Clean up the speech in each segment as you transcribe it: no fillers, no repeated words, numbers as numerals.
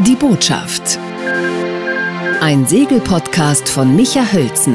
Die Botschaft. Ein Segelpodcast von Micha Hölzen.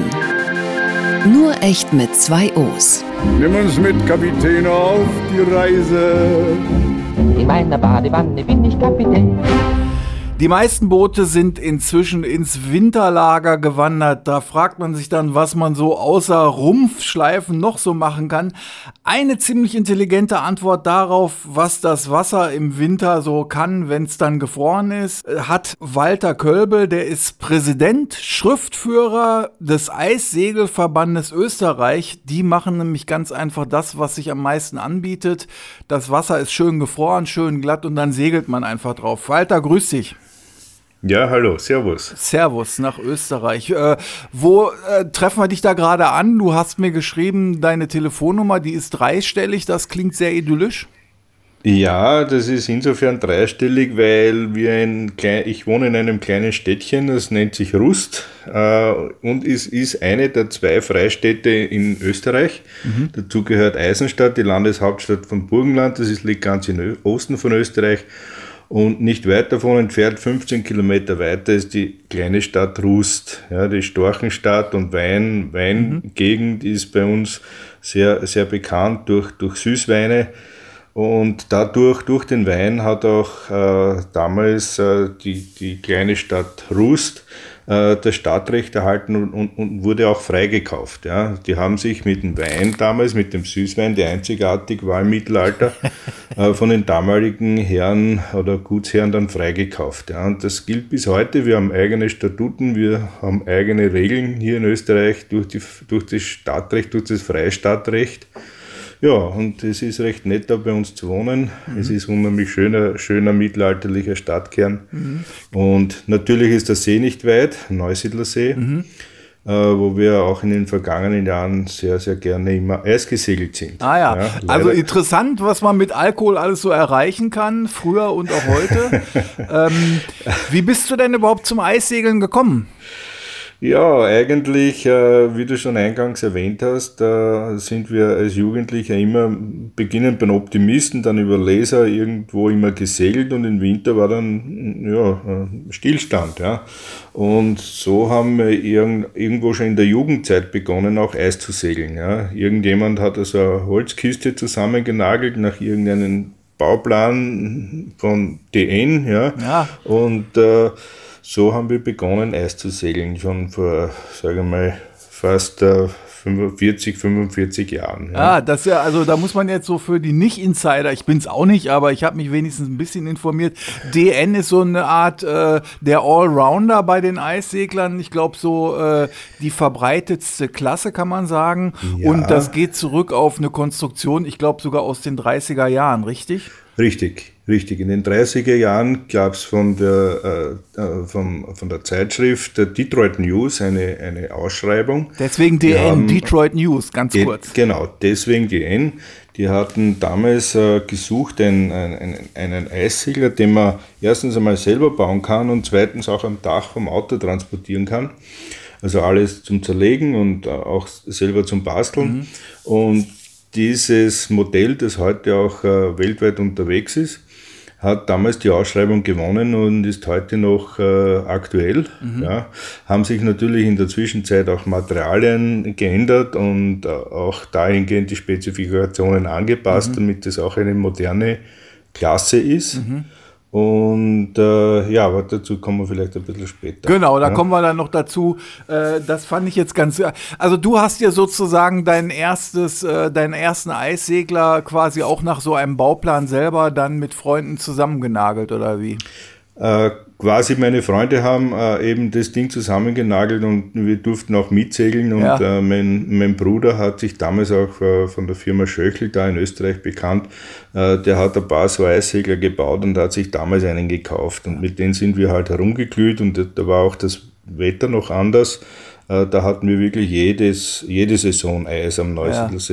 Nur echt mit 2 O's. Nimm uns mit, Kapitän, auf die Reise. In meiner Badewanne bin ich Kapitän. Die meisten Boote sind inzwischen ins Winterlager gewandert. Da fragt man sich dann, was man so außer Rumpfschleifen noch so machen kann. Eine ziemlich intelligente Antwort darauf, was das Wasser im Winter so kann, wenn es dann gefroren ist, hat Walter Kölbel. Der ist Präsident, Schriftführer des Eissegelverbandes Österreich. Die machen nämlich ganz einfach das, was sich am meisten anbietet. Das Wasser ist schön gefroren, schön glatt und dann segelt man einfach drauf. Walter, grüß dich. Ja, hallo, servus. Servus nach Österreich. Wo treffen wir dich da gerade an? Du hast mir geschrieben, deine Telefonnummer, die ist 3-stellig, das klingt sehr idyllisch. Ja, das ist insofern 3-stellig, weil ich wohne in einem kleinen Städtchen, das nennt sich Rust und es ist eine der 2 Freistädte in Österreich. Dazu gehört Eisenstadt, die Landeshauptstadt von Burgenland, liegt ganz im Osten von Österreich. Und nicht weit davon entfernt, 15 Kilometer weiter, ist die kleine Stadt Rust. Ja, die Storchenstadt und Weingegend ist bei uns sehr, sehr bekannt durch Süßweine. Und dadurch, durch den Wein, hat auch damals die kleine Stadt Rust das Stadtrecht erhalten und wurde auch freigekauft. Ja. Die haben sich mit dem Wein damals, mit dem Süßwein, der einzigartig war im Mittelalter, von den damaligen Herren oder Gutsherren dann freigekauft. Ja. Und das gilt bis heute. Wir haben eigene Statuten, wir haben eigene Regeln hier in Österreich durch das Stadtrecht, durch das Freistadtrecht. Ja, und es ist recht nett, da bei uns zu wohnen. Es ist unheimlich schöner mittelalterlicher Stadtkern. Und natürlich ist der See nicht weit, Neusiedlersee, wo wir auch in den vergangenen Jahren sehr, sehr gerne immer Eis gesegelt sind. Ah ja, also interessant, was man mit Alkohol alles so erreichen kann, früher und auch heute. Wie bist du denn überhaupt zum Eissegeln gekommen? Ja, eigentlich, wie du schon eingangs erwähnt hast, sind wir als Jugendliche immer beginnend beim Optimisten, dann über Laser irgendwo immer gesegelt und im Winter war dann Stillstand. Ja. Und so haben wir irgendwo schon in der Jugendzeit begonnen, auch Eis zu segeln. Ja. Irgendjemand hat also eine Holzkiste zusammengenagelt nach irgendeinem Bauplan von DN. Ja. Und so haben wir begonnen, Eis zu segeln, schon vor, sage ich mal, fast 45 Jahren. Ja, das ja, also da muss man jetzt so für die Nicht-Insider, ich bin's auch nicht, aber ich habe mich wenigstens ein bisschen informiert. DN ist so eine Art der Allrounder bei den Eisseglern. Ich glaube so die verbreitetste Klasse, kann man sagen. Ja. Und das geht zurück auf eine Konstruktion, ich glaube sogar aus den 30er Jahren, richtig? Richtig. In den 30er Jahren gab es von der Zeitschrift Detroit News eine Ausschreibung. Deswegen DN, Detroit News, ganz kurz. Genau, deswegen DN. Die hatten damals gesucht einen Eissegler, den man erstens einmal selber bauen kann und zweitens auch am Dach vom Auto transportieren kann. Also alles zum Zerlegen und auch selber zum Basteln. Und dieses Modell, das heute auch weltweit unterwegs ist, hat damals die Ausschreibung gewonnen und ist heute noch aktuell. Ja. Haben sich natürlich in der Zwischenzeit auch Materialien geändert und auch dahingehend die Spezifikationen angepasst, damit es auch eine moderne Klasse ist. Und aber dazu kommen wir vielleicht ein bisschen später. Genau, da kommen wir dann noch dazu. Das fand ich jetzt ganz... Also du hast ja sozusagen deinen ersten Eissegler quasi auch nach so einem Bauplan selber dann mit Freunden zusammengenagelt, oder wie? Quasi meine Freunde haben eben das Ding zusammengenagelt und wir durften auch mitsegeln und mein Bruder hat sich damals auch von der Firma Schöchel, da in Österreich bekannt, der hat ein paar so Eissegler gebaut und hat sich damals einen gekauft und mit denen sind wir halt herumgeglüht und da war auch das Wetter noch anders. Da hatten wir wirklich jede Saison Eis am Neusiedlersee.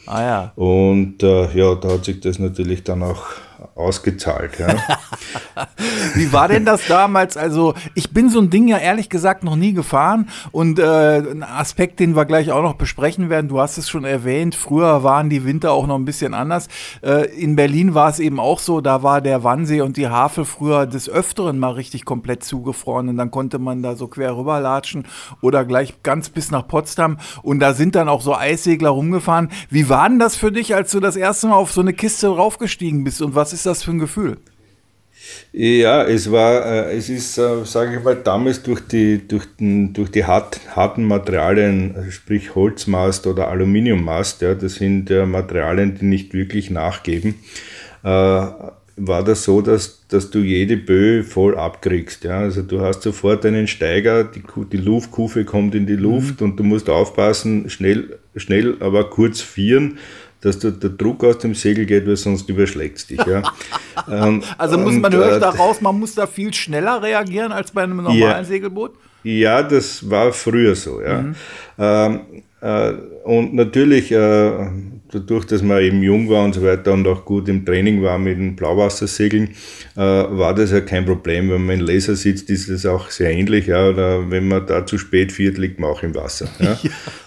Ah ja. Und da hat sich das natürlich dann auch ausgezahlt. Ja. Wie war denn das damals? Also ich bin so ein Ding ja ehrlich gesagt noch nie gefahren und ein Aspekt, den wir gleich auch noch besprechen werden, du hast es schon erwähnt, früher waren die Winter auch noch ein bisschen anders. In Berlin war es eben auch so, da war der Wannsee und die Havel früher des Öfteren mal richtig komplett zugefroren und dann konnte man da so quer rüberlatschen oder gleich ganz bis nach Potsdam und da sind dann auch so Eissegler rumgefahren. Wie war denn das für dich, als du das erste Mal auf so eine Kiste raufgestiegen bist und was ist das für ein Gefühl? Ja, es ist, sage ich mal, damals durch die harten Materialien, sprich Holzmast oder Aluminiummast, ja, das sind Materialien, die nicht wirklich nachgeben, war das so, dass du jede Böe voll abkriegst. Ja? Also du hast sofort einen Steiger, die Luftkufe kommt in die Luft und du musst aufpassen, schnell, aber kurz vieren, dass der Druck aus dem Segel geht, weil sonst überschlägt es dich. Ja. Also höre ich daraus, man muss da viel schneller reagieren als bei einem normalen Segelboot? Ja, das war früher so. Ja. Und natürlich, dadurch, dass man eben jung war und so weiter und auch gut im Training war mit dem Blauwassersegeln, war das ja kein Problem. Wenn man in Laser sitzt, ist es auch sehr ähnlich. Ja, oder wenn man da zu spät fährt, liegt man auch im Wasser. Ja.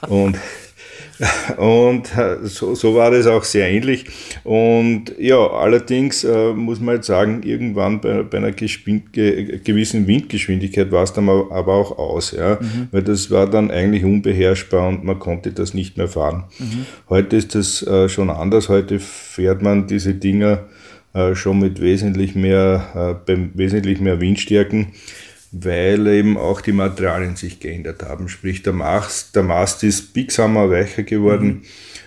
Und so war das auch sehr ähnlich. Und ja, allerdings muss man jetzt sagen, irgendwann bei einer gewissen Windgeschwindigkeit war es dann aber auch aus, ja, weil das war dann eigentlich unbeherrschbar und man konnte das nicht mehr fahren. Heute ist das schon anders. Heute fährt man diese Dinger schon mit wesentlich mehr Windstärken, weil eben auch die Materialien sich geändert haben. Sprich, der Mast ist biegsamer, weicher geworden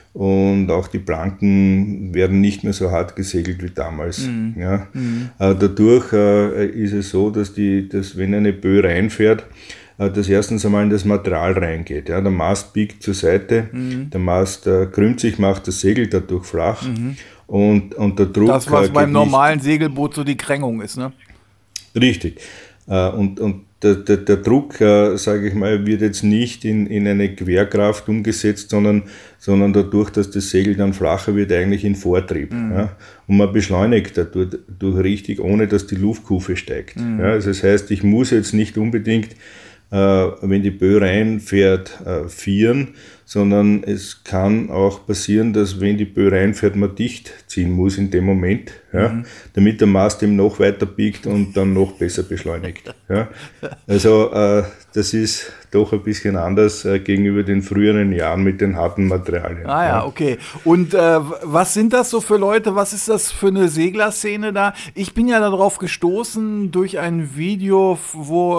und auch die Planken werden nicht mehr so hart gesegelt wie damals. Ja. Dadurch ist es so, dass wenn eine Böe reinfährt, das erstens einmal in das Material reingeht. Ja. Der Mast biegt zur Seite, der Mast krümmt sich, macht das Segel dadurch flach und der Druck... Das, was beim normalen Segelboot so die Krängung ist, ne? Richtig. Und der Druck, sage ich mal, wird jetzt nicht in eine Querkraft umgesetzt, sondern dadurch, dass das Segel dann flacher wird, eigentlich in Vortrieb. Ja? Und man beschleunigt dadurch richtig, ohne dass die Luftkufe steigt. Ja? Also das heißt, ich muss jetzt nicht unbedingt, wenn die Böe reinfährt, vieren, sondern es kann auch passieren, dass wenn die Böe reinfährt, man dicht ziehen muss in dem Moment, ja, damit der Mast eben noch weiter biegt und dann noch besser beschleunigt. Ja. Also das ist doch ein bisschen anders gegenüber den früheren Jahren mit den harten Materialien. Ah ja, okay. Und was sind das so für Leute? Was ist das für eine Seglerszene da? Ich bin ja darauf gestoßen durch ein Video, wo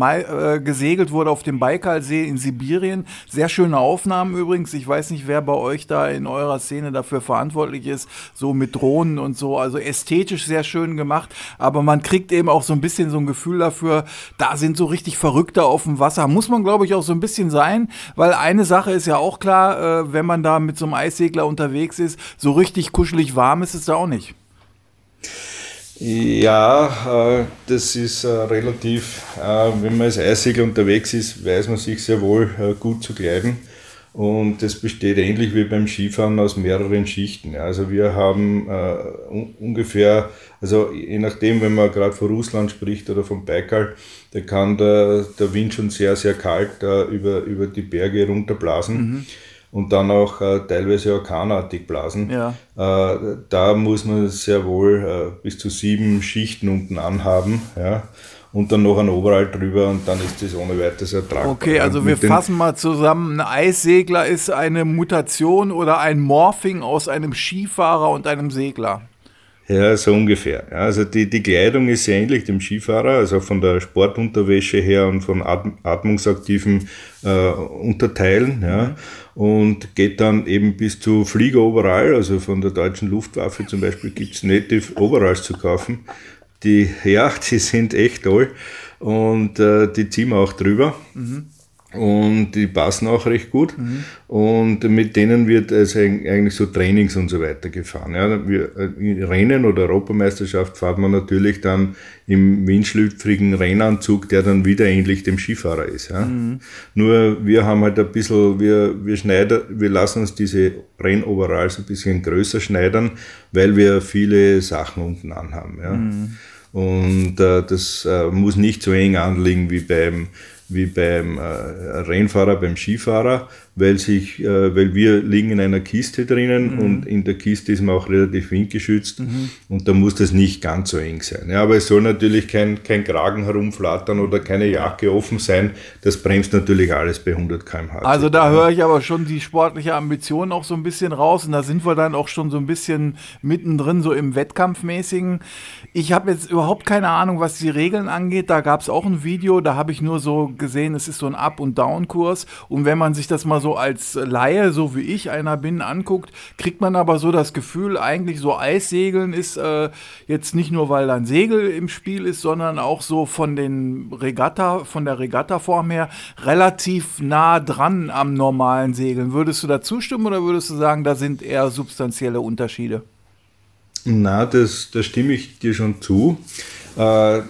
gesegelt wurde auf dem Baikalsee in Sibirien. Sehr schöne Aufnahmen übrigens. Ich weiß nicht, wer bei euch da in eurer Szene dafür verantwortlich ist, so mit Drohnen und so. Also ästhetisch sehr schön gemacht, aber man kriegt eben auch so ein bisschen so ein Gefühl dafür, da sind so richtig Verrückte auf dem Wasser. Muss man, glaube ich, auch so ein bisschen sein, weil eine Sache ist ja auch klar, wenn man da mit so einem Eissegler unterwegs ist, so richtig kuschelig warm ist es da auch nicht. Ja, das ist relativ, wenn man als Eissegler unterwegs ist, weiß man sich sehr wohl gut zu kleiden. Und das besteht ähnlich wie beim Skifahren aus mehreren Schichten. Also wir haben ungefähr, also je nachdem, wenn man gerade von Russland spricht oder vom Baikal, da kann der Wind schon sehr, sehr kalt über die Berge runterblasen und dann auch teilweise orkanartig blasen. Ja. Da muss man sehr wohl bis zu 7 Schichten unten anhaben, ja. Und dann noch ein Overall drüber und dann ist das ohne weiteres ertragbar. Okay, also wir fassen mal zusammen, ein Eissegler ist eine Mutation oder ein Morphing aus einem Skifahrer und einem Segler. Ja, so ungefähr. Ja, also die Kleidung ist sehr ähnlich dem Skifahrer, also von der Sportunterwäsche her und von atmungsaktiven Unterteilen. Ja, und geht dann eben bis zu Flieger-Overall, also von der deutschen Luftwaffe zum Beispiel gibt es Native Overalls zu kaufen. Die sind echt toll und die ziehen wir auch drüber. Und die passen auch recht gut. Und mit denen wird also eigentlich so Trainings und so weiter gefahren. Ja, Rennen oder Europameisterschaft fährt man natürlich dann im windschlüpfrigen Rennanzug, der dann wieder ähnlich dem Skifahrer ist. Ja. Nur wir haben halt ein bisschen, wir lassen uns diese Rennoveralls ein bisschen größer schneidern, weil wir viele Sachen unten anhaben. Ja. Und das muss nicht so eng anliegen wie beim Rennfahrer, beim Skifahrer, weil wir liegen in einer Kiste drinnen und in der Kiste ist man auch relativ windgeschützt und da muss das nicht ganz so eng sein. Ja, aber es soll natürlich kein Kragen herumflattern oder keine Jacke offen sein, das bremst natürlich alles bei 100 km/h. Also da höre ich aber schon die sportliche Ambition auch so ein bisschen raus und da sind wir dann auch schon so ein bisschen mittendrin, so im Wettkampfmäßigen. Ich habe jetzt überhaupt keine Ahnung, was die Regeln angeht, da gab es auch ein Video, da habe ich nur so gesehen, es ist so ein Up- und Down-Kurs und wenn man sich das mal so als Laie, so wie ich einer bin, anguckt, kriegt man aber so das Gefühl, eigentlich so Eissegeln ist jetzt nicht nur, weil da ein Segel im Spiel ist, sondern auch so von der Regattaform her relativ nah dran am normalen Segeln. Würdest du da zustimmen oder würdest du sagen, da sind eher substanzielle Unterschiede? Na, das stimme ich dir schon zu. Der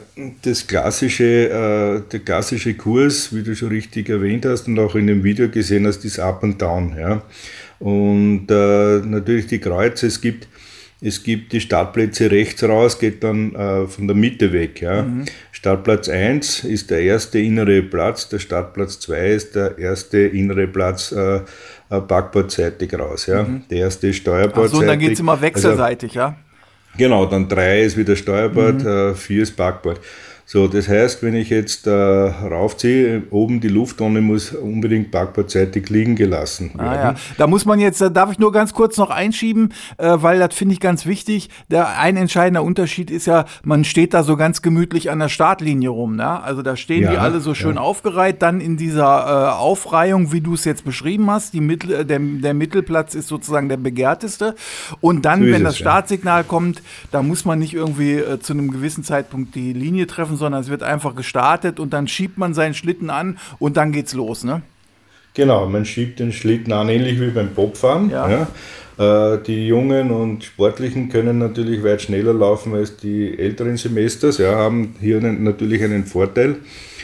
klassische Kurs, wie du schon richtig erwähnt hast und auch in dem Video gesehen hast, ist Up and Down. Ja. Und natürlich die Kreuze, es gibt die Startplätze rechts raus, geht dann von der Mitte weg. Ja. Startplatz 1 ist der erste innere Platz, der Startplatz 2 ist der erste innere Platz backbordseitig raus. Ja. Der erste ist steuerbordsseitig. Achso, dann geht es immer wechselseitig, ja? Genau, dann 3 ist wieder Steuerbord, 4 ist Backbord. So, das heißt, wenn ich jetzt raufziehe, oben die Lufttonne muss unbedingt backbordseitig liegen gelassen werden. Ja. Da muss man jetzt, darf ich nur ganz kurz noch einschieben, weil das finde ich ganz wichtig. Ein entscheidender Unterschied ist ja, man steht da so ganz gemütlich an der Startlinie rum. Ne? Also da stehen die alle so schön aufgereiht, dann in dieser Aufreihung, wie du es jetzt beschrieben hast. Der Mittelplatz ist sozusagen der begehrteste. Und dann, wenn das Startsignal kommt, da muss man nicht irgendwie zu einem gewissen Zeitpunkt die Linie treffen, sondern es wird einfach gestartet und dann schiebt man seinen Schlitten an und dann geht's los, ne? Genau, man schiebt den Schlitten an, ähnlich wie beim Bobfahren. Ja. Die Jungen und Sportlichen können natürlich weit schneller laufen als die älteren Semesters, haben hier natürlich einen Vorteil.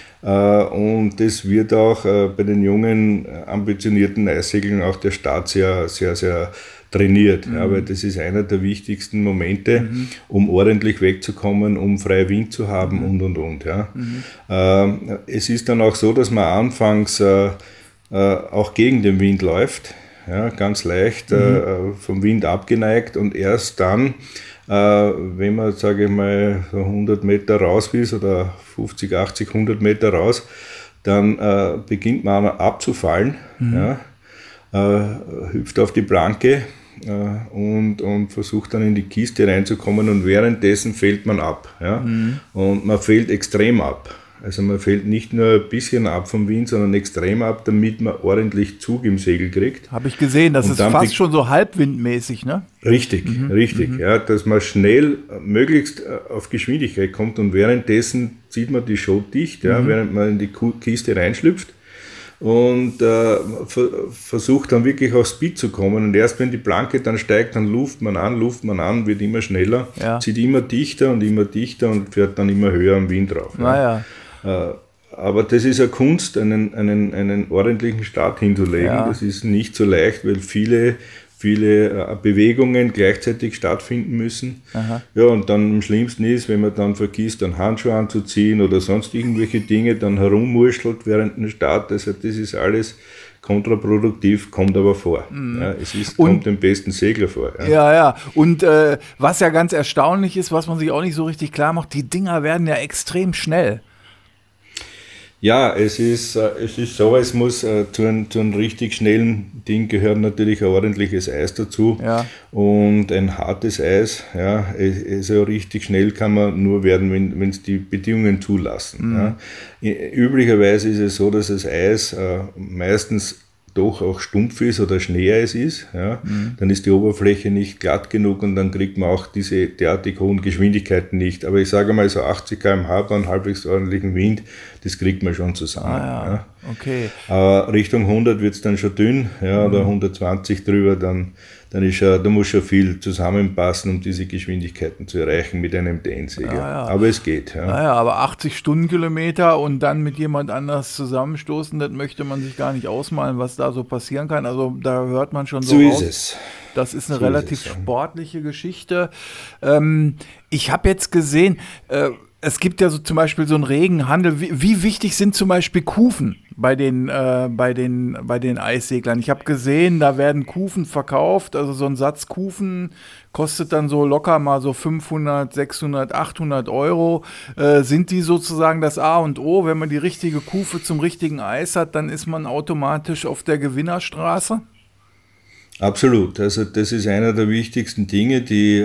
Und das wird auch bei den jungen, ambitionierten Eisseglern auch der Start sehr, sehr, sehr trainiert, weil das ist einer der wichtigsten Momente, um ordentlich wegzukommen, um freien Wind zu haben und. Ja. Es ist dann auch so, dass man anfangs auch gegen den Wind läuft, ganz leicht vom Wind abgeneigt und erst dann, wenn man, sage ich mal, so 100 Meter raus ist oder 50, 80, 100 Meter raus, dann beginnt man abzufallen, hüpft auf die Planke und versucht dann in die Kiste reinzukommen und währenddessen fällt man ab. Ja? Und man fällt extrem ab. Also man fällt nicht nur ein bisschen ab vom Wind, sondern extrem ab, damit man ordentlich Zug im Segel kriegt. Habe ich gesehen, das ist fast schon so halbwindmäßig, ne? Richtig, ja, dass man schnell möglichst auf Geschwindigkeit kommt und währenddessen zieht man die Show dicht, während man in die Kiste reinschlüpft und versucht dann wirklich auf Speed zu kommen und erst wenn die Planke dann steigt, dann luft man an, wird immer schneller, zieht immer dichter und fährt dann immer höher am Wind drauf. Aber das ist eine Kunst, einen ordentlichen Start hinzulegen. Das ist nicht so leicht, weil viele Bewegungen gleichzeitig stattfinden müssen. Ja, und dann am schlimmsten ist, wenn man dann vergisst, einen Handschuh anzuziehen oder sonst irgendwelche Dinge, dann herumwurschtelt während dem Start. Also das ist alles kontraproduktiv, kommt aber vor. Kommt dem besten Segler vor. Ja. Und was ja ganz erstaunlich ist, was man sich auch nicht so richtig klar macht, die Dinger werden ja extrem schnell. Ja, es ist so, es muss zu einem richtig schnellen Ding gehört natürlich ein ordentliches Eis dazu und ein hartes Eis. Ja, also richtig schnell kann man nur werden, wenn es die Bedingungen zulassen. Üblicherweise ist es so, dass das Eis meistens doch auch stumpf ist oder Schneeeis ist, dann ist die Oberfläche nicht glatt genug und dann kriegt man auch diese derartig hohen Geschwindigkeiten nicht. Aber ich sage mal so 80 km/h bei einem halbwegs ordentlichen Wind, das kriegt man schon zusammen. Okay. Aber Richtung 100 wird es dann schon dünn, ja, oder 120 drüber, dann da muss schon viel zusammenpassen, um diese Geschwindigkeiten zu erreichen mit einem DN-Säger. Ja. Aber es geht. Ja. Naja, aber 80 Stundenkilometer und dann mit jemand anders zusammenstoßen, das möchte man sich gar nicht ausmalen, was da so passieren kann. Also da hört man schon so raus. Ist es. Das ist eine relativ sportliche Geschichte. Ich habe jetzt gesehen, es gibt ja so zum Beispiel so einen regen Handel. Wie wichtig sind zum Beispiel Kufen bei den Eisseglern? Ich habe gesehen, da werden Kufen verkauft. Also so ein Satz Kufen kostet dann so locker mal so 500, 600, 800 Euro. Sind die sozusagen das A und O? Wenn man die richtige Kufe zum richtigen Eis hat, dann ist man automatisch auf der Gewinnerstraße? Absolut. Also das ist einer der wichtigsten Dinge, die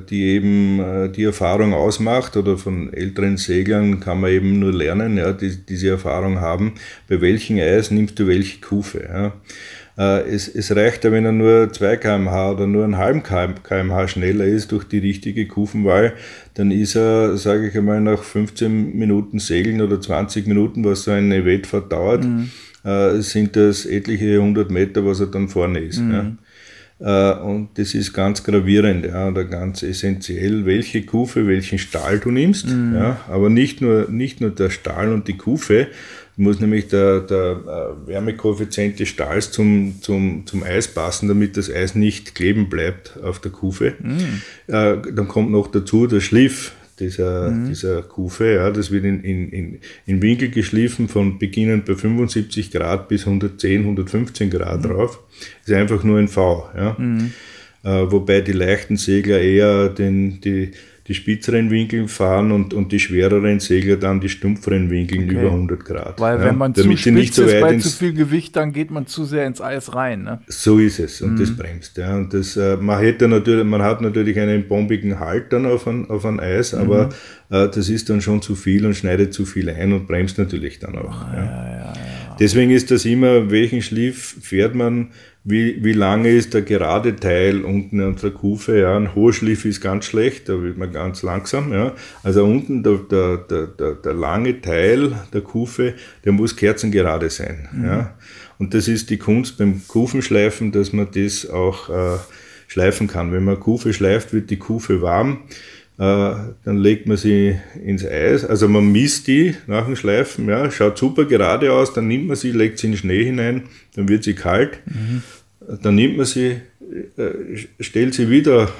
eben die Erfahrung ausmacht, oder von älteren Seglern kann man eben nur lernen, ja, die diese Erfahrung haben, bei welchem Eis nimmst du welche Kufe. Ja. Es reicht ja, wenn er nur 2 km/h oder nur einen halben km/h schneller ist durch die richtige Kufenwahl, dann ist er, sage ich einmal, nach 15 Minuten Segeln oder 20 Minuten, was so eine Wettfahrt dauert, sind das etliche 100 Meter, was er dann vorne ist. Ja. Und das ist ganz gravierend, ja, oder ganz essentiell, welche Kufe, welchen Stahl du nimmst. Ja, aber nicht nur der Stahl und die Kufe, muss nämlich der Wärmekoeffizient des Stahls zum Eis passen, damit das Eis nicht kleben bleibt auf der Kufe. Dann kommt noch dazu der Schliff dieser Kufe, ja, das wird in Winkel geschliffen, von beginnend bei 75 Grad bis 110, 115 Grad drauf. Ist einfach nur ein V. Ja. Wobei die leichten Segler eher die spitzeren Winkel fahren und die schwereren Segler dann die stumpferen Winkel über 100 Grad. Weil wenn man zu spitz ist bei zu viel Gewicht, dann geht man zu sehr ins Eis rein. Ne? So ist es, und das bremst. Ja. Und man hat natürlich einen bombigen Halt dann auf ein Eis, aber das ist dann schon zu viel und schneidet zu viel ein und bremst natürlich dann auch. Ja. Deswegen ist das immer, welchen Schliff fährt man, wie lange ist der gerade Teil unten an der Kufe. Ja. Ein hoher Schliff ist ganz schlecht, da wird man ganz langsam. Ja. Also unten der lange Teil der Kufe, der muss kerzengerade sein. Ja. Und das ist die Kunst beim Kufenschleifen, dass man das auch schleifen kann. Wenn man Kufe schleift, wird die Kufe warm. Dann legt man sie ins Eis, also man misst die nach dem Schleifen, ja, schaut super gerade aus, dann nimmt man sie, legt sie in den Schnee hinein, dann wird sie kalt, dann nimmt man sie, stellt sie wieder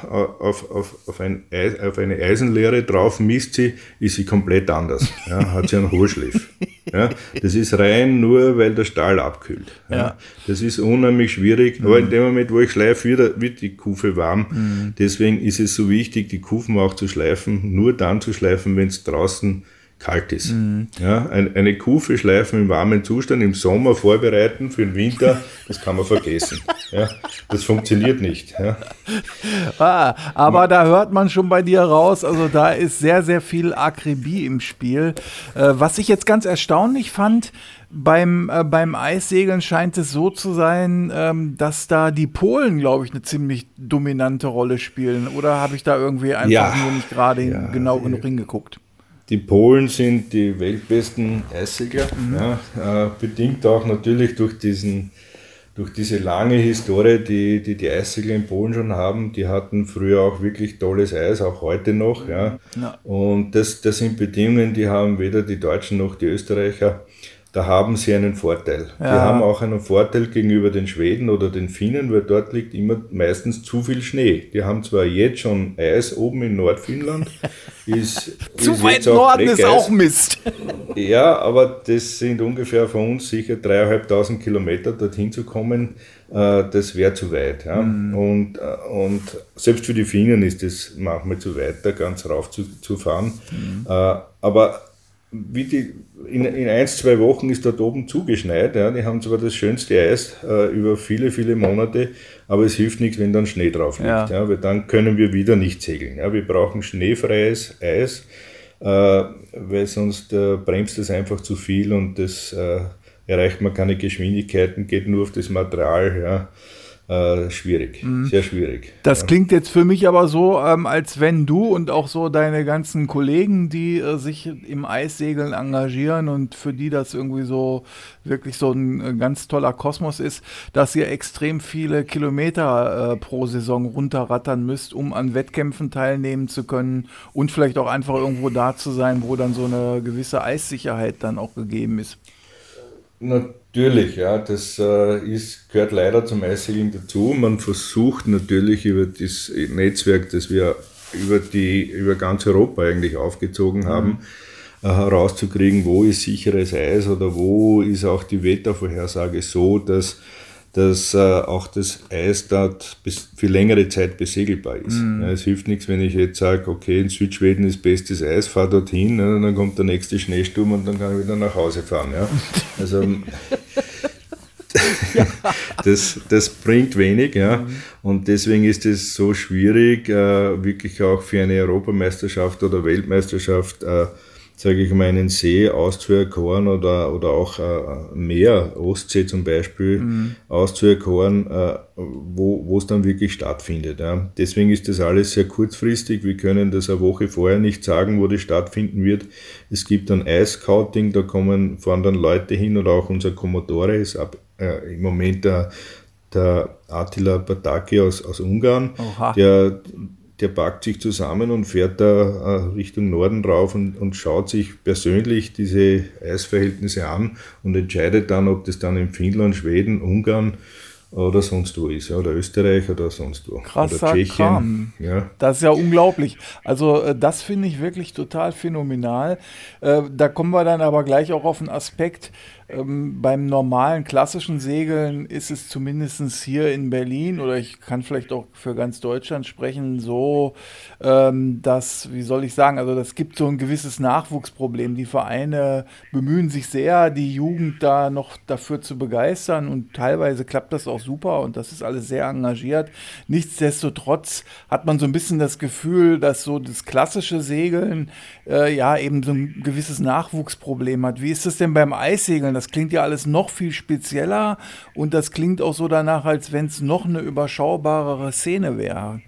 auf eine Eisenleere drauf, misst sie, ist sie komplett anders, ja, hat sie einen Hohlschliff. Ja, das ist rein nur, weil der Stahl abkühlt. Ja. Das ist unheimlich schwierig, aber in dem Moment, wo ich schleife, wird die Kufe warm. Deswegen ist es so wichtig, die Kufen auch zu schleifen, nur dann zu schleifen, wenn es draußen kalt ist. Ja, eine Kufe schleifen im warmen Zustand, im Sommer vorbereiten für den Winter, das kann man vergessen. Ja, das funktioniert nicht. Ja. Aber da hört man schon bei dir raus, also da ist sehr, sehr viel Akribie im Spiel. Was ich jetzt ganz erstaunlich fand, beim Eissegeln scheint es so zu sein, dass da die Polen, glaube ich, eine ziemlich dominante Rolle spielen. Oder habe ich da irgendwie einfach nur nicht gerade genau genug hingeguckt? Die Polen sind die weltbesten Eissegler, bedingt auch natürlich durch diese lange Historie, die Eissegler in Polen schon haben. Die hatten früher auch wirklich tolles Eis, auch heute noch. Ja. Und das sind Bedingungen, die haben weder die Deutschen noch die Österreicher. Da haben sie einen Vorteil. Die haben auch einen Vorteil gegenüber den Schweden oder den Finnen, weil dort liegt immer meistens zu viel Schnee. Die haben zwar jetzt schon Eis oben in Nordfinnland. Zu weit Norden ist auch Mist. Ja, aber das sind ungefähr von uns sicher 3.500 Kilometer dorthin zu kommen. Das wäre zu weit. Ja. Und selbst für die Finnen ist das manchmal zu weit, da ganz rauf zu fahren. Aber in 1-2 Wochen ist dort oben zugeschneit. Ja. Die haben zwar das schönste Eis über viele, viele Monate, aber es hilft nichts, wenn dann Schnee drauf liegt. Ja, weil dann können wir wieder nicht segeln. Ja. Wir brauchen schneefreies Eis, weil sonst bremst es einfach zu viel und das erreicht man keine Geschwindigkeiten, geht nur auf das Material. Ja. schwierig, sehr schwierig. Das klingt jetzt für mich aber so, als wenn du und auch so deine ganzen Kollegen, die sich im Eissegeln engagieren und für die das irgendwie so wirklich so ein ganz toller Kosmos ist, dass ihr extrem viele Kilometer pro Saison runterrattern müsst, um an Wettkämpfen teilnehmen zu können und vielleicht auch einfach irgendwo da zu sein, wo dann so eine gewisse Eissicherheit dann auch gegeben ist. Natürlich, ja, das gehört leider zum Eissegeln dazu. Man versucht natürlich über das Netzwerk, das wir über ganz Europa eigentlich aufgezogen haben, herauszukriegen, wo ist sicheres Eis oder wo ist auch die Wettervorhersage so, dass auch das Eis dort für längere Zeit besegelbar ist. Ja, es hilft nichts, wenn ich jetzt sage, okay, in Südschweden ist bestes Eis, fahre dorthin, ja, dann kommt der nächste Schneesturm und dann kann ich wieder nach Hause fahren. Ja. Also das bringt wenig, ja. Und deswegen ist es so schwierig, wirklich auch für eine Europameisterschaft oder Weltmeisterschaft sage ich mal, einen See auszuerkoren oder auch Meer, Ostsee zum Beispiel, auszuerkoren, wo es dann wirklich stattfindet. Ja. Deswegen ist das alles sehr kurzfristig. Wir können das eine Woche vorher nicht sagen, wo das stattfinden wird. Es gibt dann Eis-Scouting, da fahren dann Leute hin oder auch unser Commodore ist im Moment der Attila Pataki aus Ungarn, der packt sich zusammen und fährt da Richtung Norden rauf und schaut sich persönlich diese Eisverhältnisse an und entscheidet dann, ob das dann in Finnland, Schweden, Ungarn oder sonst wo ist, ja, oder Österreich oder sonst wo. Krasser oder Tschechien. Kram. Ja. Das ist ja unglaublich. Also das finde ich wirklich total phänomenal. Da kommen wir dann aber gleich auch auf einen Aspekt. Beim normalen klassischen Segeln ist es zumindest hier in Berlin, oder ich kann vielleicht auch für ganz Deutschland sprechen, so, dass, wie soll ich sagen, also das gibt so ein gewisses Nachwuchsproblem. Die Vereine bemühen sich sehr, die Jugend da noch dafür zu begeistern, und teilweise klappt das auch super und das ist alles sehr engagiert. Nichtsdestotrotz hat man so ein bisschen das Gefühl, dass so das klassische Segeln eben so ein gewisses Nachwuchsproblem hat. Wie ist das denn beim Eissegeln? Das klingt ja alles noch viel spezieller und das klingt auch so danach, als wenn es noch eine überschaubarere Szene wäre.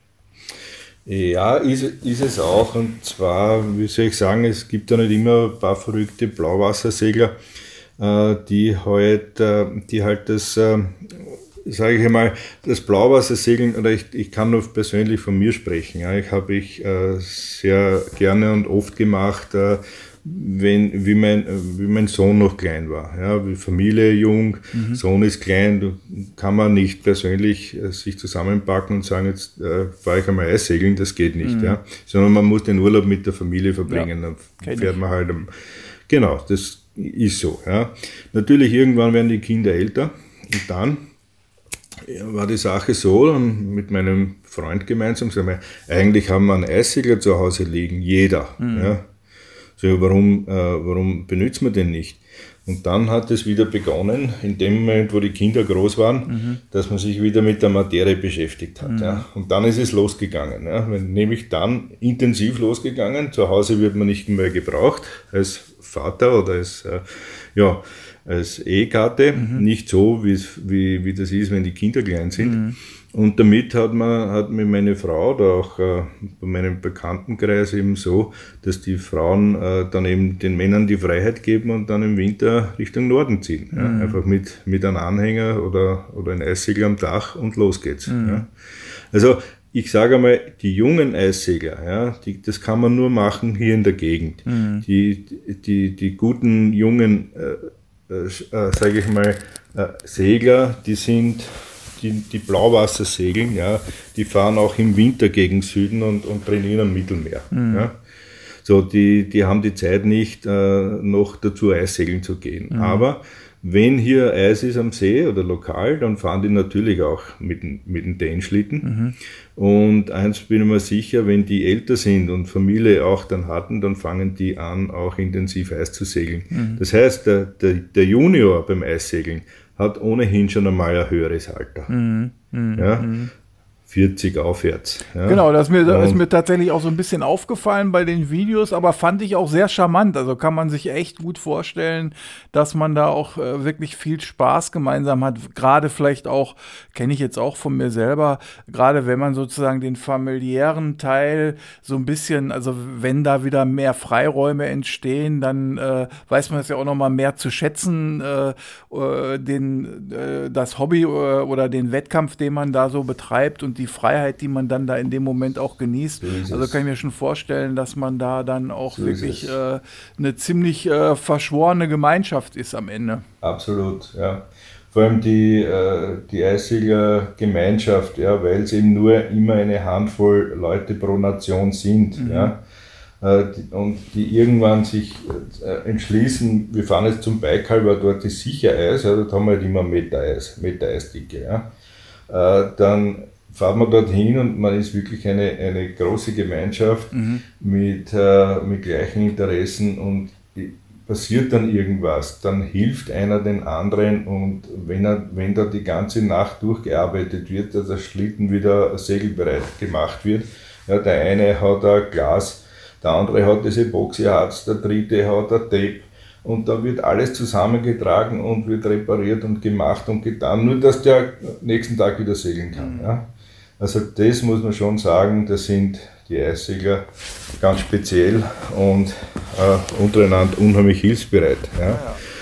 Ja, ist es auch. Und zwar, wie soll ich sagen, es gibt ja nicht immer ein paar verrückte Blauwassersegler, die halt das, sage ich einmal, das Blauwassersegeln, oder ich kann nur persönlich von mir sprechen. Ja, habe ich sehr gerne und oft gemacht, wie mein Sohn noch klein war. Ja, wie Familie jung, Sohn ist klein, kann man nicht persönlich sich zusammenpacken und sagen, jetzt fahre ich einmal Eissegeln, das geht nicht. Ja, sondern man muss den Urlaub mit der Familie verbringen, dann fährt man halt, genau, das ist so. Ja. Natürlich, irgendwann werden die Kinder älter und dann war die Sache so, und mit meinem Freund gemeinsam, sagen wir, eigentlich haben wir einen Eissegler zu Hause liegen, jeder. Ja. So, warum benutzt man den nicht? Und dann hat es wieder begonnen, in dem Moment, wo die Kinder groß waren, dass man sich wieder mit der Materie beschäftigt hat. Ja. Und dann ist es losgegangen. Ja. Nämlich dann intensiv losgegangen. Zu Hause wird man nicht mehr gebraucht als Vater oder als Ehegatte. Nicht so, wie das ist, wenn die Kinder klein sind. Und damit hat mir meine Frau oder auch bei meinem Bekanntenkreis eben so, dass die Frauen dann eben den Männern die Freiheit geben und dann im Winter Richtung Norden ziehen. Ja, einfach mit einem Anhänger oder ein Eissegler am Dach und los geht's. Ja. Also ich sage einmal, die jungen Eissegler, ja, das kann man nur machen hier in der Gegend. Die guten jungen, sage ich mal, Segler, die sind die Blauwasser segeln, ja, die fahren auch im Winter gegen Süden und trainieren am Mittelmeer. Ja. So, die haben die Zeit nicht, noch dazu Eissegeln zu gehen. Aber wenn hier Eis ist am See oder lokal, dann fahren die natürlich auch mit dem Dähnschlitten. Und eins bin ich mir sicher, wenn die älter sind und Familie auch dann hatten, dann fangen die an, auch intensiv Eis zu segeln. Das heißt, der Junior beim Eissegeln hat ohnehin schon einmal ein höheres Alter. Ja? 40 aufwärts. Ja. Genau, das ist mir tatsächlich auch so ein bisschen aufgefallen bei den Videos, aber fand ich auch sehr charmant. Also kann man sich echt gut vorstellen, dass man da auch wirklich viel Spaß gemeinsam hat. Gerade vielleicht auch, kenne ich jetzt auch von mir selber, gerade wenn man sozusagen den familiären Teil so ein bisschen, also wenn da wieder mehr Freiräume entstehen, dann weiß man es ja auch noch mal mehr zu schätzen, das Hobby oder den Wettkampf, den man da so betreibt und die Freiheit, die man dann da in dem Moment auch genießt. Also kann ich mir schon vorstellen, dass man da dann auch so wirklich eine ziemlich verschworene Gemeinschaft ist am Ende. Absolut, ja. Vor allem die Eissegler Gemeinschaft, ja, weil es eben nur immer eine Handvoll Leute pro Nation sind. Ja. Und die irgendwann sich entschließen, wir fahren jetzt zum Baikal, weil dort ist sicher Eis, ja, dort haben wir halt immer Meter Eisdicke. Ja. Dann fährt man dorthin und man ist wirklich eine große Gemeinschaft mit gleichen Interessen und passiert dann irgendwas, dann hilft einer den anderen und wenn da die ganze Nacht durchgearbeitet wird, dass der Schlitten wieder segelbereit gemacht wird, ja, der eine hat ein Glas, der andere hat das Epoxyharz, der dritte hat ein Tape und da wird alles zusammengetragen und wird repariert und gemacht und getan, nur dass der nächsten Tag wieder segeln kann. Ja. Also das muss man schon sagen, das sind die Eissegler ganz speziell und untereinander unheimlich hilfsbereit. Ja.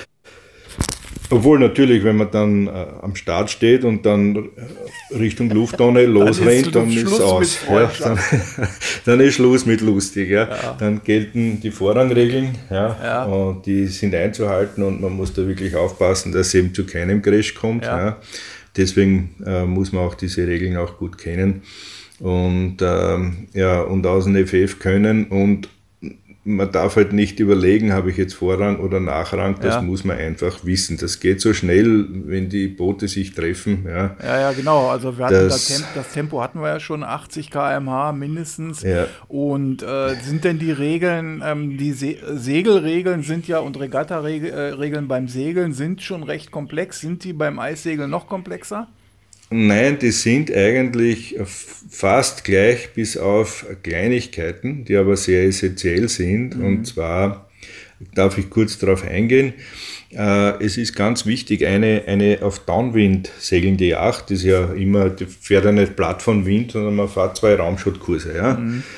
Obwohl natürlich, wenn man dann am Start steht und dann Richtung Lufttonne losrennt, dann ist es aus. Ja, dann ist Schluss mit lustig. Ja. Ja. Dann gelten die Vorrangregeln, ja, und die sind einzuhalten und man muss da wirklich aufpassen, dass es eben zu keinem Crash kommt. Ja. Ja. Deswegen muss man auch diese Regeln auch gut kennen und aus dem FF können und man darf halt nicht überlegen, habe ich jetzt Vorrang oder Nachrang, das muss man einfach wissen. Das geht so schnell, wenn die Boote sich treffen. Ja, genau. Also wir hatten das Tempo hatten wir ja schon 80 km/h mindestens. Ja. Und sind denn die Regeln, die Segelregeln sind ja und Regatta-Regeln beim Segeln sind schon recht komplex. Sind die beim Eissegeln noch komplexer? Nein, die sind eigentlich fast gleich bis auf Kleinigkeiten, die aber sehr essentiell sind. Und zwar darf ich kurz darauf eingehen. Es ist ganz wichtig, eine auf Downwind segelnde Yacht, das ist ja immer, die fährt ja nicht platt von Wind, sondern man fährt 2 Raumschottkurse. Ja?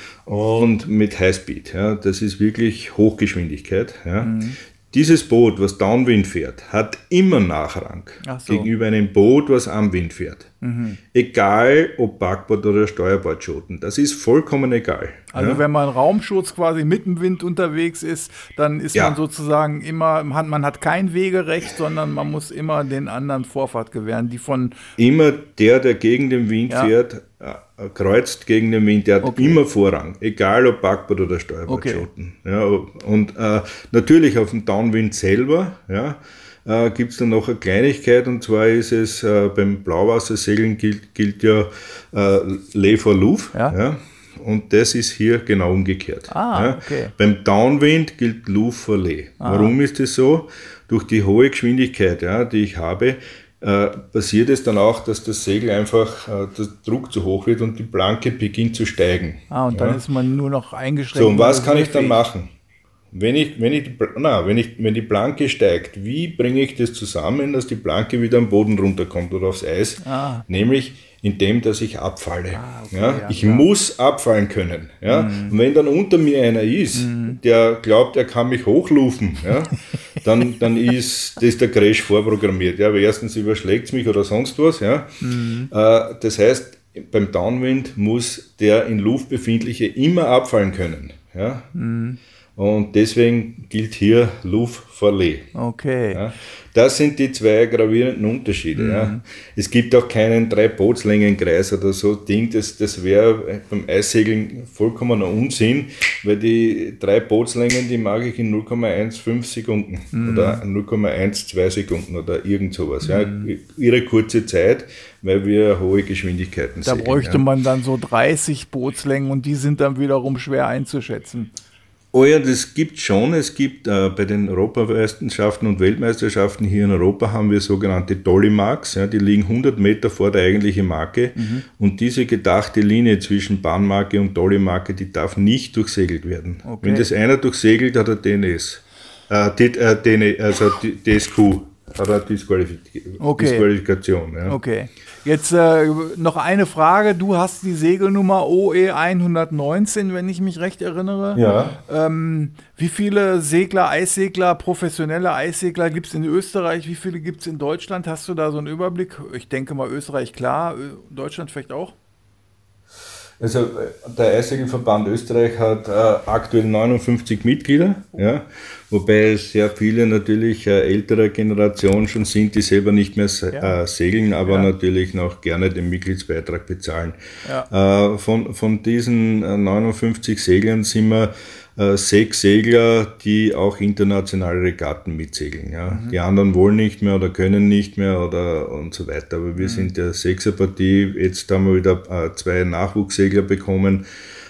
Und mit Highspeed. Ja? Das ist wirklich Hochgeschwindigkeit. Ja? Dieses Boot, was Downwind fährt, hat immer Nachrang gegenüber einem Boot, was am Wind fährt. Egal, ob Backbord oder Steuerbordschoten. Das ist vollkommen egal. Also wenn man Raumschutz quasi mit dem Wind unterwegs ist, dann ist man sozusagen immer, man hat kein Wegerecht, sondern man muss immer den anderen Vorfahrt gewähren. Immer der gegen den Wind fährt, kreuzt gegen den Wind, der hat immer Vorrang, egal ob Backbord oder Steuerbordsschoten. Okay. Ja, und natürlich auf dem Downwind selber gibt es dann noch eine Kleinigkeit, und zwar ist es beim Blauwassersegeln gilt ja Lay for Luv. Ja? Und das ist hier genau umgekehrt. Okay. Beim Downwind gilt Luv for Lay. Warum ist das so? Durch die hohe Geschwindigkeit, die ich habe, passiert es dann auch, dass das Segel einfach, der Druck zu hoch wird und die Planke beginnt zu steigen. Und dann ist man nur noch eingeschränkt. So, und was kann ich dann machen? Wenn die Planke steigt, wie bringe ich das zusammen, dass die Planke wieder am Boden runterkommt oder aufs Eis? Nämlich indem, dass ich abfalle. Ich muss abfallen können. Und wenn dann unter mir einer ist, der glaubt, er kann mich hochlufen, dann ist das der Crash vorprogrammiert. Weil erstens überschlägt es mich oder sonst was. Das heißt, beim Downwind muss der in Luft befindliche immer abfallen können. Und deswegen gilt hier Luv for Lay. Okay. Das sind die 2 gravierenden Unterschiede. Es gibt auch keinen 3-Bootslängenkreis oder so Ding, das wäre beim Eissegeln vollkommener Unsinn, weil die 3 Bootslängen, die mag ich in 0,15 Sekunden oder 0,12 Sekunden oder irgend sowas. Ihre kurze Zeit, weil wir hohe Geschwindigkeiten segeln. Da bräuchte man dann so 30 Bootslängen und die sind dann wiederum schwer einzuschätzen. Oh ja, das gibt schon. Es gibt bei den Europameisterschaften und Weltmeisterschaften hier in Europa haben wir sogenannte Dolly-Marks. Ja, die liegen 100 Meter vor der eigentlichen Marke. Und diese gedachte Linie zwischen Bahnmarke und Dolly-Marke, die darf nicht durchsegelt werden. Okay. Wenn das einer durchsegelt, hat er DNS. DSQ. Hat er Disqualifikation. Ja. Okay. Jetzt noch eine Frage. Du hast die Segelnummer OE 119, wenn ich mich recht erinnere. Ja. Wie viele Segler, Eissegler, professionelle Eissegler gibt es in Österreich? Wie viele gibt es in Deutschland? Hast du da so einen Überblick? Ich denke mal Österreich klar, Deutschland vielleicht auch? Also der Eissegelverband Österreich hat aktuell 59 Mitglieder, ja, wobei sehr viele natürlich älterer Generation schon sind, die selber nicht mehr segeln, aber natürlich noch gerne den Mitgliedsbeitrag bezahlen. Ja. Von diesen 59 Seglern sind wir 6 Segler, die auch internationale Regatten mitsegeln. Ja. Die anderen wollen nicht mehr oder können nicht mehr und so weiter. Aber wir sind der 6er-Partie. Jetzt haben wir wieder 2 Nachwuchssegler bekommen,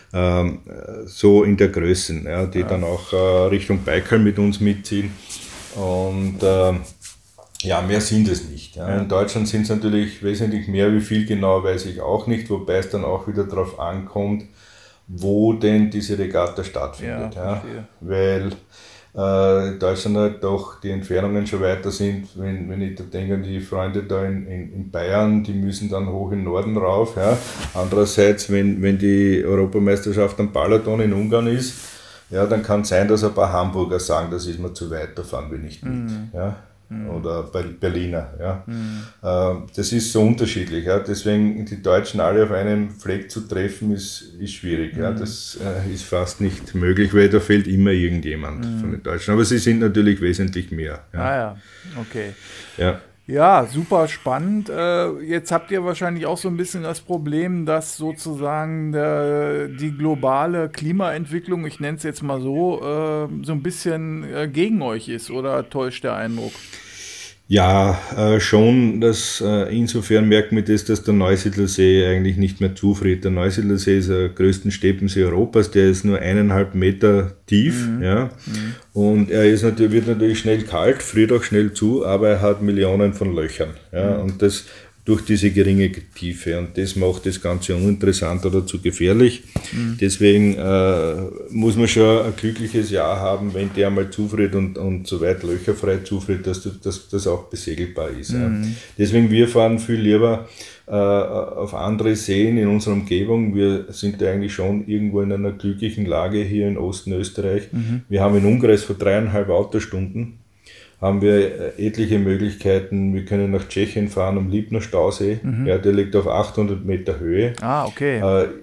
so in der Größe, ja, die dann auch Richtung Baikal mit uns mitziehen. Und mehr sind es nicht. Ja. In Deutschland sind es natürlich wesentlich mehr. Wie viel genau, weiß ich auch nicht, wobei es dann auch wieder darauf ankommt, wo denn diese Regatta stattfindet. Ja. Weil Deutschland halt doch die Entfernungen schon weiter sind. Wenn ich da denke an die Freunde da in Bayern, die müssen dann hoch in den Norden rauf. Ja. Andererseits, wenn die Europameisterschaft am Balaton in Ungarn ist, ja, dann kann es sein, dass ein paar Hamburger sagen, das ist mir zu weit, da fahren wir nicht mit. Ja. Oder Berliner. Ja. Das ist so unterschiedlich. Ja. Deswegen die Deutschen alle auf einem Fleck zu treffen, ist schwierig. Ja. Das ist fast nicht möglich, weil da fehlt immer irgendjemand von den Deutschen. Aber sie sind natürlich wesentlich mehr. Ja. Okay. Ja. Ja, super spannend. Jetzt habt ihr wahrscheinlich auch so ein bisschen das Problem, dass sozusagen die globale Klimaentwicklung, ich nenne es jetzt mal so ein bisschen gegen euch ist, oder täuscht der Eindruck? Ja, schon. Insofern merkt man das, dass der Neusiedlersee eigentlich nicht mehr zufriert. Der Neusiedlersee ist der größte Steppensee Europas, der ist nur 1,5 Meter tief. Ja. Und er wird natürlich schnell kalt, friert auch schnell zu, aber er hat Millionen von Löchern. Ja. Und das durch diese geringe Tiefe. Und das macht das Ganze uninteressant oder zu gefährlich. Deswegen muss man schon ein glückliches Jahr haben, wenn der mal zufriert und so weit löcherfrei zufriert, dass das auch besegelbar ist. Ja. Deswegen wir fahren viel lieber auf andere Seen in unserer Umgebung. Wir sind da eigentlich schon irgendwo in einer glücklichen Lage hier im Osten Österreich. Wir haben einen Umkreis von 3,5 Autostunden. Haben wir etliche Möglichkeiten. Wir können nach Tschechien fahren, am Liebner Stausee. Ja, der liegt auf 800 Meter Höhe. Ah, okay.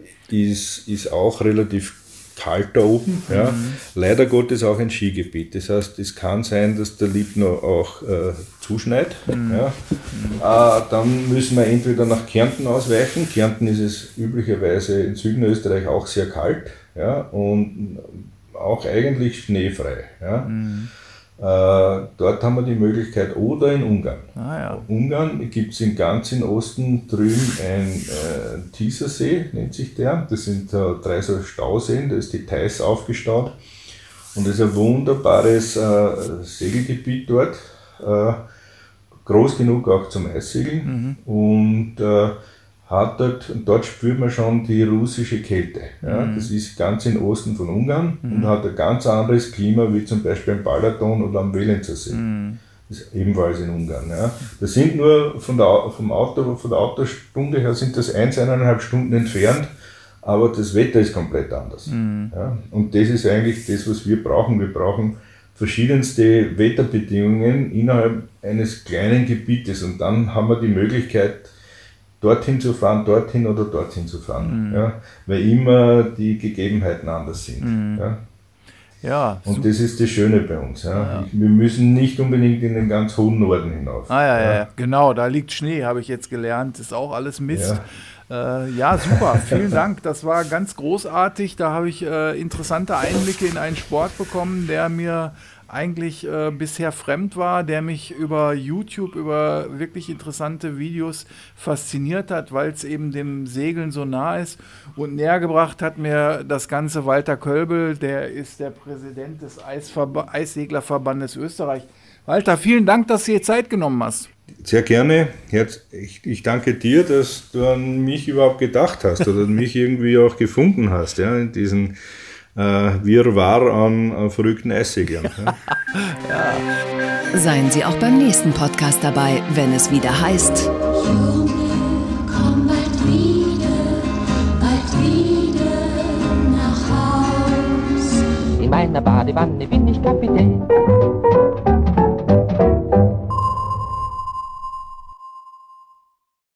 Ist auch relativ kalt da oben. Ja. Leider Gottes auch ein Skigebiet. Das heißt, es kann sein, dass der Liebner auch zuschneit. Ja. Dann müssen wir entweder nach Kärnten ausweichen. Kärnten ist es üblicherweise in Süden Österreich auch sehr kalt. Ja, und auch eigentlich schneefrei. Ja. Dort haben wir die Möglichkeit, oder in Ungarn. Ungarn gibt es ganz im Osten drüben ein Tisersee, nennt sich der. Das sind 3 so Stauseen, da ist die Theiß aufgestaut. Und das ist ein wunderbares Segelgebiet dort, groß genug auch zum Eissegeln. Und dort spürt man schon die russische Kälte. Ja. Das ist ganz im Osten von Ungarn und hat ein ganz anderes Klima wie zum Beispiel am Balaton oder am Velenzer See. Das ist ebenfalls in Ungarn. Ja. Das sind nur von der Autostunde her sind das 1,5 Stunden entfernt, aber das Wetter ist komplett anders. Ja. Und das ist eigentlich das, was wir brauchen. Wir brauchen verschiedenste Wetterbedingungen innerhalb eines kleinen Gebietes und dann haben wir die Möglichkeit, dorthin zu fahren, dorthin oder dorthin zu fahren, ja, weil immer die Gegebenheiten anders sind. Ja. Und das ist das Schöne bei uns. Ja. Wir müssen nicht unbedingt in den ganz hohen Norden hinauf. Ja, genau, da liegt Schnee, habe ich jetzt gelernt, ist auch alles Mist. Ja, super, vielen Dank. Das war ganz großartig. Da habe ich interessante Einblicke in einen Sport bekommen, der mir eigentlich bisher fremd war, der mich über YouTube, über wirklich interessante Videos fasziniert hat, weil es eben dem Segeln so nah ist. Und näher gebracht hat mir das Ganze Walter Kölbel, der ist der Präsident des Eisseglerverbandes Österreich. Walter, vielen Dank, dass du dir Zeit genommen hast. Sehr gerne. Ich danke dir, dass du an mich überhaupt gedacht hast oder mich irgendwie auch gefunden hast, ja, in diesen Wirrwarr an verrückten Eisseglern. Ja. Ja. Seien Sie auch beim nächsten Podcast dabei, wenn es wieder heißt: Junge, komm bald wieder nach Haus. In meiner Badewanne bin ich